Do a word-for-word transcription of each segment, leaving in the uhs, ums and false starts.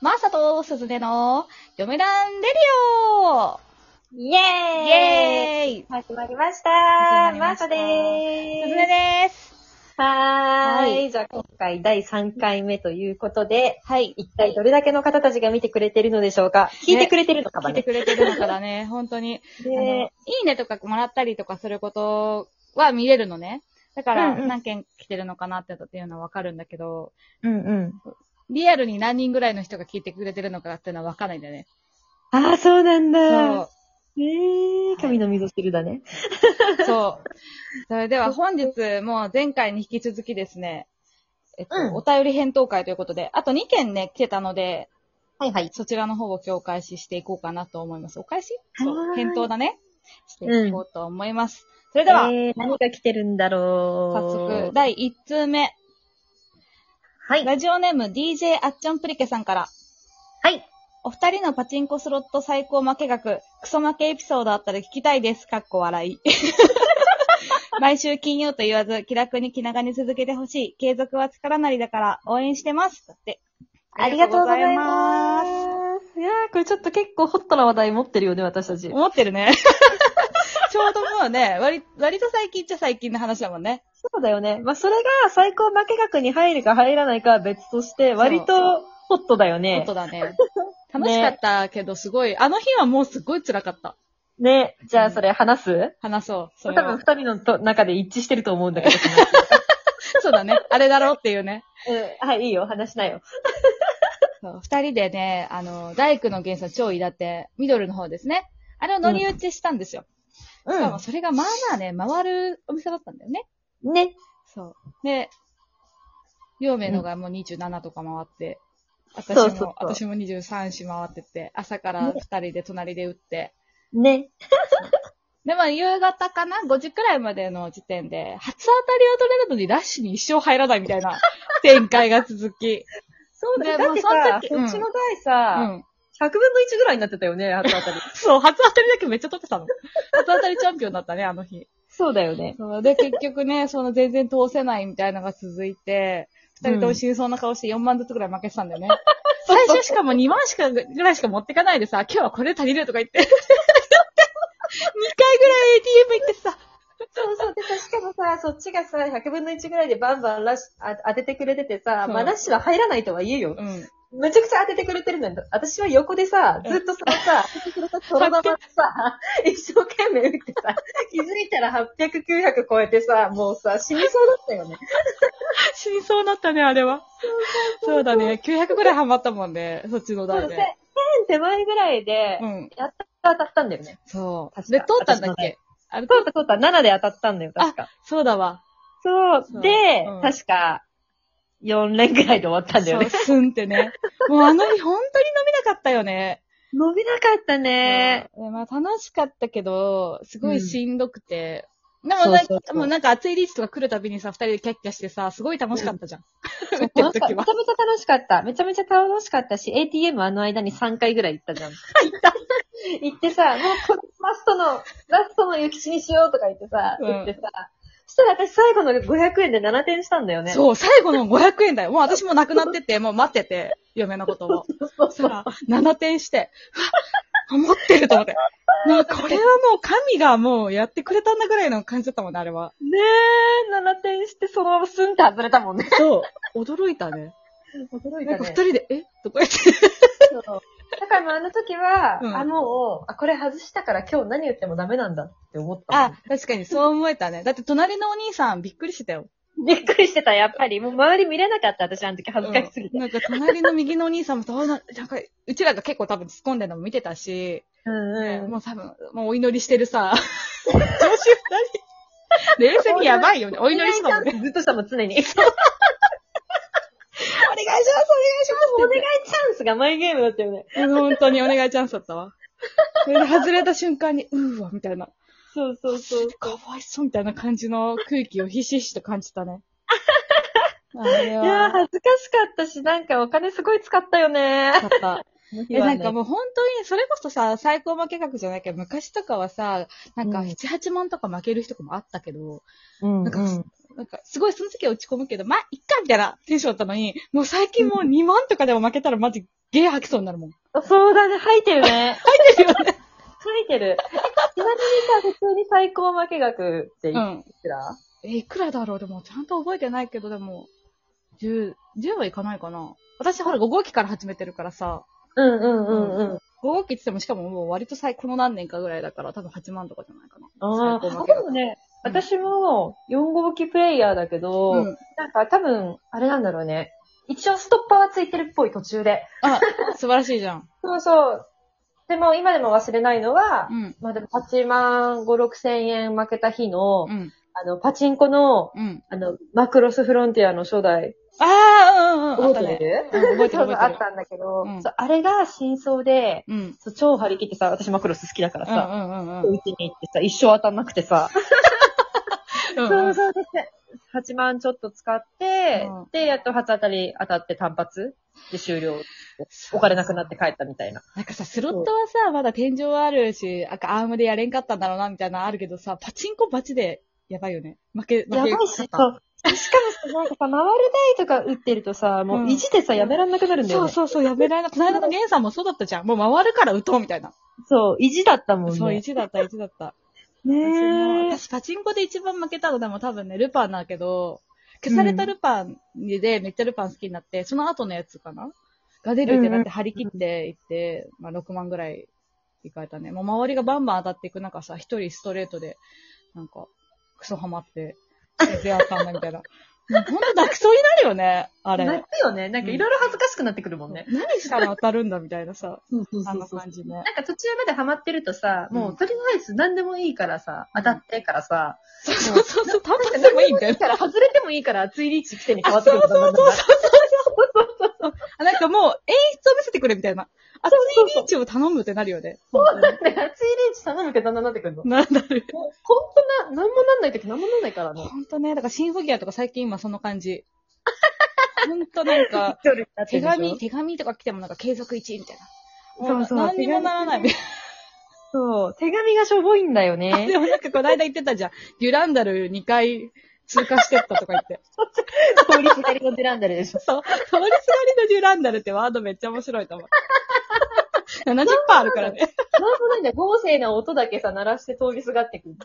マーサとスズネの嫁ランレディオイェーイイェーイ始まりました始まりマーサました。 でーす。 スズネです。 はーい。 はい。 じゃあ今回だいさんかいめということで、 はい。 一体どれだけの方たちが見てくれてるのでしょうか。聞いてくれてるのか聞いてばね。 くれてるのかだね。本当に。あの、 ねいいねとかもらったりとかすることは見れるのね。だからうんうん何件来てるのかなっていうのはわかるんだけど、 うんうん。 リアルに何人ぐらいの人が聞いてくれてるのかっていうのはわかんないんだよね。 ああ、そうなんだ。 そう。 えー、神の溝汁だね。 そう。それでは本日も前回に引き続きですね、えっと、 うんお便り返答会ということで、あとにけんね、来てたので、 はいはい。 そちらの方を今日お返ししていこうかなと思います。お返しそう。 はーい返答だね。していこうと思います。それでは、 えー、何が来てるんだろう。 早速、だいいち通目。 はい。 ラジオネーム ディージェー あっちょんプリケさんから。 はい。 お二人のパチンコスロット最高負け額、クソ負けエピソードあったら聞きたいです。かっこ笑い。毎週金曜と言わず、気楽に気長に続けてほしい。継続は力なりだから応援してます。だって。 ありがとうございあまりがとうございます。 す。いやー、これちょっと結構ホットな話題持ってるよね、私たち。 思ってるね。ちょうどもうね、割、割と最近っちゃ最近の話だもんね。 そうだよね。まあ、それが最高負け額に入るか入らないかは別として、割とホットだよね。 ホットだね。楽しかったけど、すごい、あの日はもうすごい辛かった。 ね。じゃあ、それ話す、 話そう。それ多分二人のと中で一致してると思うんだけど。 そうだね。あれだろうっていうね。 うん。はい、いいよ。話しなよ。 そう二人でね、あの、大工の原産超いだって、ミドルの方ですね。あれを乗り打ちしたんですよ。 うしかもそれがまあまあね、回るお店だったんだよね。 ん。ね。 そう。で、両名のがもうにじゅうななとか回って、私も、 そうそうそう私もにじゅうさん子回ってて、朝から二人で隣で打って、 ね。 でも夕方かな ?ご 時くらいまでの時点で、初当たりを取れるのにラッシュに一生入らないみたいな展開が続き。 そうだよ。 でだってさ、 もうその時こっちの代うさ、 ん。 ひゃくぶんのいちぐらいになってたよね、初当たり。 そう、初当たりだけめっちゃ取ってたの。初当たりチャンピオンだったね、あの日。 そうだよね。 そうで、結局ね、その全然通せないみたいなのが続いて、二人とも死にそうな顔してよんまんずつぐらい負けてたんだよね。最初しかもにまんしかぐらいしか持ってかないでさ、今日はこれ足りるとか言って。にかいぐらい エーティーエム 行ってさ。 そうそう。でさ、しかもさ、そっちがさ、ひゃくぶんのいちぐらいでバンバンラッシュあ当ててくれててさ、まあラッシュは入らないとは言えよ。 うん。 めちゃくちゃ当ててくれてるんだよ。私は横でさ、ずっとそのさ、当ててくれたそのままさ、一生懸命打ってさ、気づいたらはっぴゃく、きゅうひゃく超えてさ、もうさ、死にそうだったよね。 死にそうだったね、あれは。そうだね。きゅうひゃくぐらいハマったもんね、そっちの台で。 せん手前ぐらいで、 うん。 やったら当たったんだよね。 そう。 確かで、通ったんだっけあれ通った通った。ななで当たったんだよ、確か。 そうだわ。 そう。 そうで、 うん確か、よん連ぐらいで終わったんだよね。 そう、スンってね。もうあの日本当に伸びなかったよね。 伸びなかったね。 うんまあ楽しかったけど、すごいしんどくて。でもそうなんか、 そうそうもうなんか熱いリーチとか来るたびにさ、二人でキャッキャしてさ、すごい楽しかったじゃん。 そう打ってる楽しかった。 時はめちゃ。めちゃ楽しかった。めちゃめちゃ楽しかったし、エーティーエム あの間にさんかいぐらい行ったじゃん。行った。行ってさ、もうこれラストの、ラストの雪地にしようとか言ってさ、 うん打ってさ、そしたら私最後のごひゃくえんでななてんしたんだよね。 そう、最後のごひゃくえんだよ。もう私もなくなってて、もう待ってて、嫁のことを。 そうそうそう。 そしたら、ななてんして、うわ、持ってると思って。なんかこれはもう神がもうやってくれたんだぐらいの感じだったもんね、あれは。 ねえ、ななてんしてそのままスンって外れたもんね。 そう、驚いたね。 驚いたね。 なんか二人で、えとか言って。 そうだからもうあの時は、 うんあ、もう、あ、これ外したから今日何言ってもダメなんだって思ったもん。 あ、確かにそう思えたね。だって隣のお兄さんびっくりしてたよ。 びっくりしてた、やっぱり。もう周り見れなかった、私あの時恥ずかしすぎて。 うんなんか隣の右のお兄さんも、あななんか、うちらが結構多分突っ込んでるのも見てたし、 うんうん。 もう多分、もうお祈りしてるさ、女子二人。冷静にやばいよね。お祈りしてたもんね。 ずっとしたもん、常に。 お願いします、お願いしますお願いチャンスがマイゲームだったよね。 本当にお願いチャンスだったわ。それで外れた瞬間に、うーわ、みたいな。 そうそうそう。 かわいそうみたいな感じの空気をひしひしと感じたね。あれは。 いやー、恥ずかしかったし、なんかお金すごい使ったよね。 使った。え、なんかもう本当に、それこそさ、最高負け額じゃないけど、昔とかはさ、なんかなな、はちまんとか負ける人とかもあったけど、 うん、 なんか、なんか、すごいその時は落ち込むけど、まあ、いっかみたいなテンションだったのに、もう最近もうにまんとかでも負けたらマジゲー吐きそうになるもん。 そうだね、吐いてるね。 吐いてるよね。 吐いてる。ちなみにさ、普通に最高負け額っていくら、 うん、え、いくらだろうでも、ちゃんと覚えてないけど、でも、じゅう、じゅうはいかないかな。私、ほら、ご号機から始めてるからさ。 うんうんうんうん。 ご号機って言っても、しかももう割と最、この何年かぐらいだから、多分はちまんとかじゃないかな。 ああ、 最高負け額でもね、私もよん号機プレイヤーだけど、 うん、 なんか多分、あれなんだろうね。一応ストッパーはついてるっぽい途中で。 あ、素晴らしいじゃん。 そうそう。でも今でも忘れないのは、 うん。 まあでもはちまんご、ろくせんえん負けた日の、 うん。 あの、パチンコの、 うん。 あの、マクロスフロンティアの初代。 ああ、うんうん。 覚えてる、 うん、覚えてる覚えてる。 あったんだけど、 うん、 そうあれが真相で、 うん、 そう超張り切ってさ、私マクロス好きだからさ、 うんうんうんうん。 うちに行ってさ、一生当たんなくてさ、 うんうん、 そうそうですね。はちまんちょっと使って、 うん、 で、やっと初当たり当たって単発で終了。お金なくなって帰ったみたいな。 なんかさ、スロットはさ、まだ天井あるし、あアームでやれんかったんだろうな、みたいなのあるけどさ、パチンコバチでやばいよね。負け、負け。 やばいし、そう。しかもさ、なんかさ、回る台とか打ってるとさ、もう意地でさ、やめらんなくなるんだよね。 そうそうそう、やめられない。この間のゲンさんもそうだったじゃん。もう回るから打とうみたいな。 そう、意地だったもんね。 そう、意地だった、意地だった。 ねえ。 私、パチンコで一番負けたのでも多分ね、ルパンだけど、消されたルパンでめっちゃルパン好きになって、うん、その後のやつかなが出るってなって張り切っていって、まあろくまんぐらいいかれたね。もう周りがバンバン当たっていく中さ、一人ストレートで、なんか、クソハマって、全然当たんないみたいな。もうほんと泣きそうになるよね、あれ。 泣くよね。なんかいろいろ恥ずかしくなってくるもんね。 うん、何したら当たるんだみたいなさ。 そうそうそうそうあんな感じね。 なんか途中までハマってるとさ、もうとりあえず何でもいいからさ、当たってからさ、 そうそうそうそう、単発でもいいみたいな。 から外れてもいいから熱いリーチ来てに変わってくる。 そうそうそうそうそう。なんかもう演出を見せてくれみたいな。熱いリーチを頼むってなるよね。 そうだね。熱いリーチ頼むけどだんだんなってくるの。 なんだる。 ほんとな、なんもなんないときなんもなんないからね。 ほんとね、だからシンフォギアとか最近今その感じ。ほんとなんか、手紙、手紙とか来てもなんか継続いちみたいな。そうそう。何にもならないみたいな。 そう。手紙がしょぼいんだよね。 でもなんかこの間言ってたじゃん。デュランダルにかい通過してったとか言って。 通りすがりのデュランダルでしょ。 そう。通りすがりのデュランダルってワードめっちゃ面白いと思う。ななじゅっパーセント あるからね。 なんもないんだよ。豪勢な音だけさ、鳴らして通りすがってくる。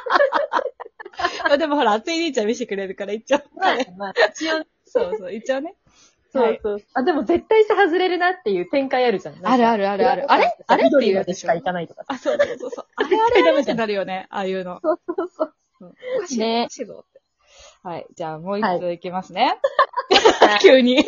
でもほら、熱いリーチは見せてくれるから一応。 まあ、まあ、一応。 そうそう、一応ね。 そうそう。はい、あ、でも絶対さ、外れるなっていう展開あるじゃん。 あるあるあるある。あれあれっていうやつしか行かないとか。 あ、そうそうそうそう。あれあれダメってなるよね。ああいうの。 そうそうそう。 おかしいね。おかしいぞって。はい。じゃあもう一ついきますね。 はい、 急に。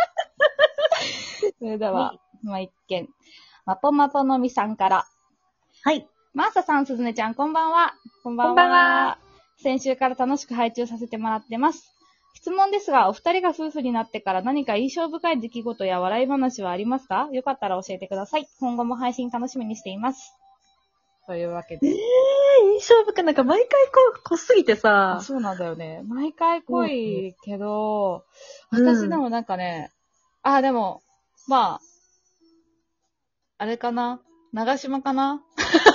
それでは、もう一件。まぽまぽのみさんから。 はい。 マーサさん、すずねちゃん、こんばんは。こんばんは。 こんばんは。 先週から楽しく配置をさせてもらってます。質問ですが、お二人が夫婦になってから何か印象深い出来事や笑い話はありますか？よかったら教えてください。今後も配信楽しみにしています。というわけで。 えー、印象深い。なんか毎回こう、濃すぎてさ。 そうなんだよね。毎回濃いけど、うん、私でもなんかね、あ、でも、まあ、あれかな長島かな長島ね、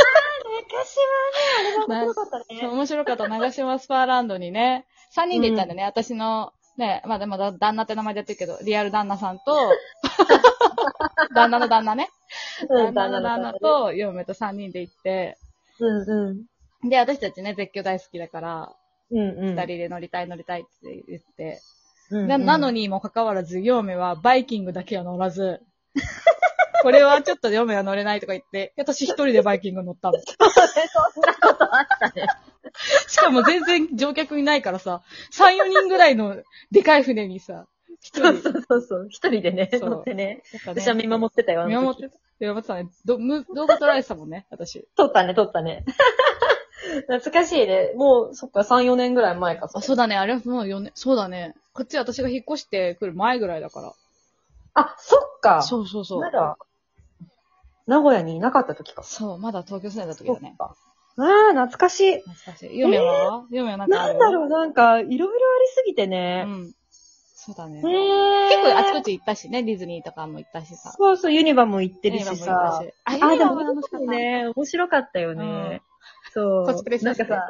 あれが面白かったね。 そう、面白かった。長島スパーランドにね、さんにんで行ったんだね、うん、私の、ね、まあでも旦那って名前でやってるけど、リアル旦那さんと、旦那の旦那ね。旦那の旦那と、嫁とさんにんで行って、 うんうん。 で、私たちね、絶叫大好きだから、 うんうん。 二人で乗りたい乗りたいって言って、 うんうん、 な, なのにもかかわらず、嫁はバイキングだけは乗らず、これはちょっと嫁は乗れないとか言って、私一人でバイキング乗ったの。 そうね、そんなことあったね。 しかも全然乗客いないからさ、さん、よにんぐらいのでかい船にさ、 一人。そうそうそう。一人でね、乗ってね。ね私は見守ってたよ。 見守ってた。見守ってたね。ど動画撮られてたもんね、私。 撮ったね、撮ったね。懐かしいね。もう、そっか、さん、よねんぐらい前か。 あ、そうだね。あれはもうよねん。そうだね。こっち私が引っ越してくる前ぐらいだから。 あ、そっか。 そうそうそう。 まだ、名古屋にいなかった時か。 そう、まだ東京住んでた時だね。 ああ、懐かしい。 懐かしい。嫁は、えー、嫁はなんかある？ なんだろう、なんか、いろいろありすぎてね。 うん。そうだね。 えー、 結構あちこち行ったしね、ディズニーとかも行ったしさ。 そうそう、ユニバも行ってるしさ。 あ、ユニバも楽しかったね。面白かったよね。うん、そう。 コスプレしてなんかさ、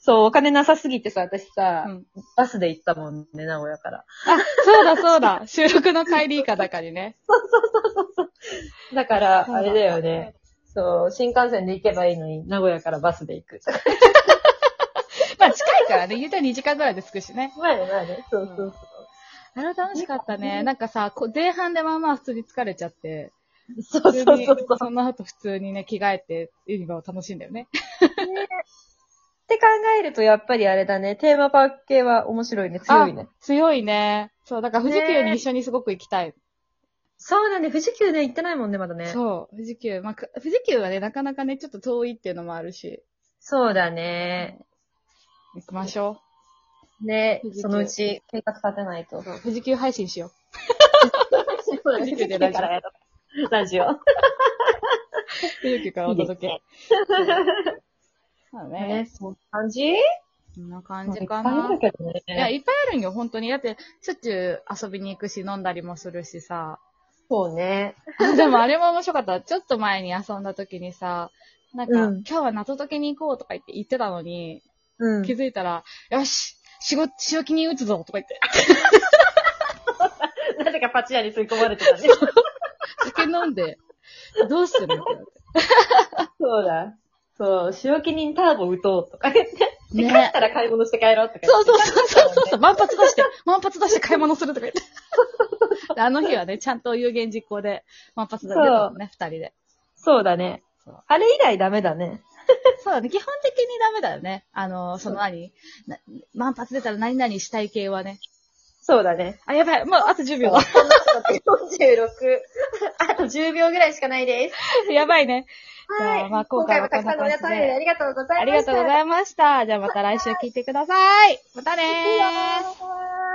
そう、お金なさすぎてさ、私さ、 うん。 バスで行ったもんね、名古屋から。 あ、そうだそうだ。収録の帰りかだかにね。 だから、 そうだあれだよね。そう、新幹線で行けばいいのに、名古屋からバスで行く。 まあ近いからね、言うたらにじかんぐらいで着くしね。 まあね、まあね。そうそうそう。 あれ楽しかったね。なんかさ、こ前半でまあまあ普通に疲れちゃって、 そうそうそうそう。 その後普通にね、着替えてユニバを楽しんだよね。 ねって考えると、やっぱりあれだね。テーマパーク系は面白いね。強いね。 強いね。そう、だから富士急に一緒にすごく行きたい。 そうだね。富士急ね、行ってないもんね、まだね。 そう、富士急。まあ、く富士急はね、なかなかね、ちょっと遠いっていうのもあるし。 そうだね。 行きましょね富士急そのうち計画立てないと。 う。そう富士急配信しよ富士急でラジオ。ラジオ。 う。富士急からお届け。そうねね。 そんな感じそんな感じかいっぱいあな。 るけどね。 いや、いっぱいあるんよ、本当に。だって、しょっちゅう遊びに行くし、飲んだりもするしさ。 そうね。 あでもあれも面白かった。ちょっと前に遊んだ時にさ、なんか、 うん今日は謎解きに行こうとか言って言ってたのに、 うん。 気づいたら、よし仕事、仕置きに打つぞとか言って。 なぜかパチ屋に吸い込まれてたね。 酒飲んで、どうするってなって。 そうだ。そう、仕置き人ターボ打とうとか言って。で、 ね帰ったら買い物して帰ろうとか言って。 そうそうそうそうそう、満発出して、満発出して買い物するとか言って。であの日はね、ちゃんと有言実行で満発出たもんね、二人で。 そうだねそう。 あれ以来ダメだね。 そうだね、基本的にダメだよね。あの、その何な満発出たら何々したい系はね。 そうだね。 あ、やばい、もうあとじゅうびょうだ。 よんじゅうろく。あとじゅうびょうぐらいしかないです。 やばいね。じゃはい。 あ、まあ今今回もたく回はこんなさんの皆さん感じで。 ありがとうございました。 ありがとうございました。じゃあまた来週聞いてください。またねー。 い。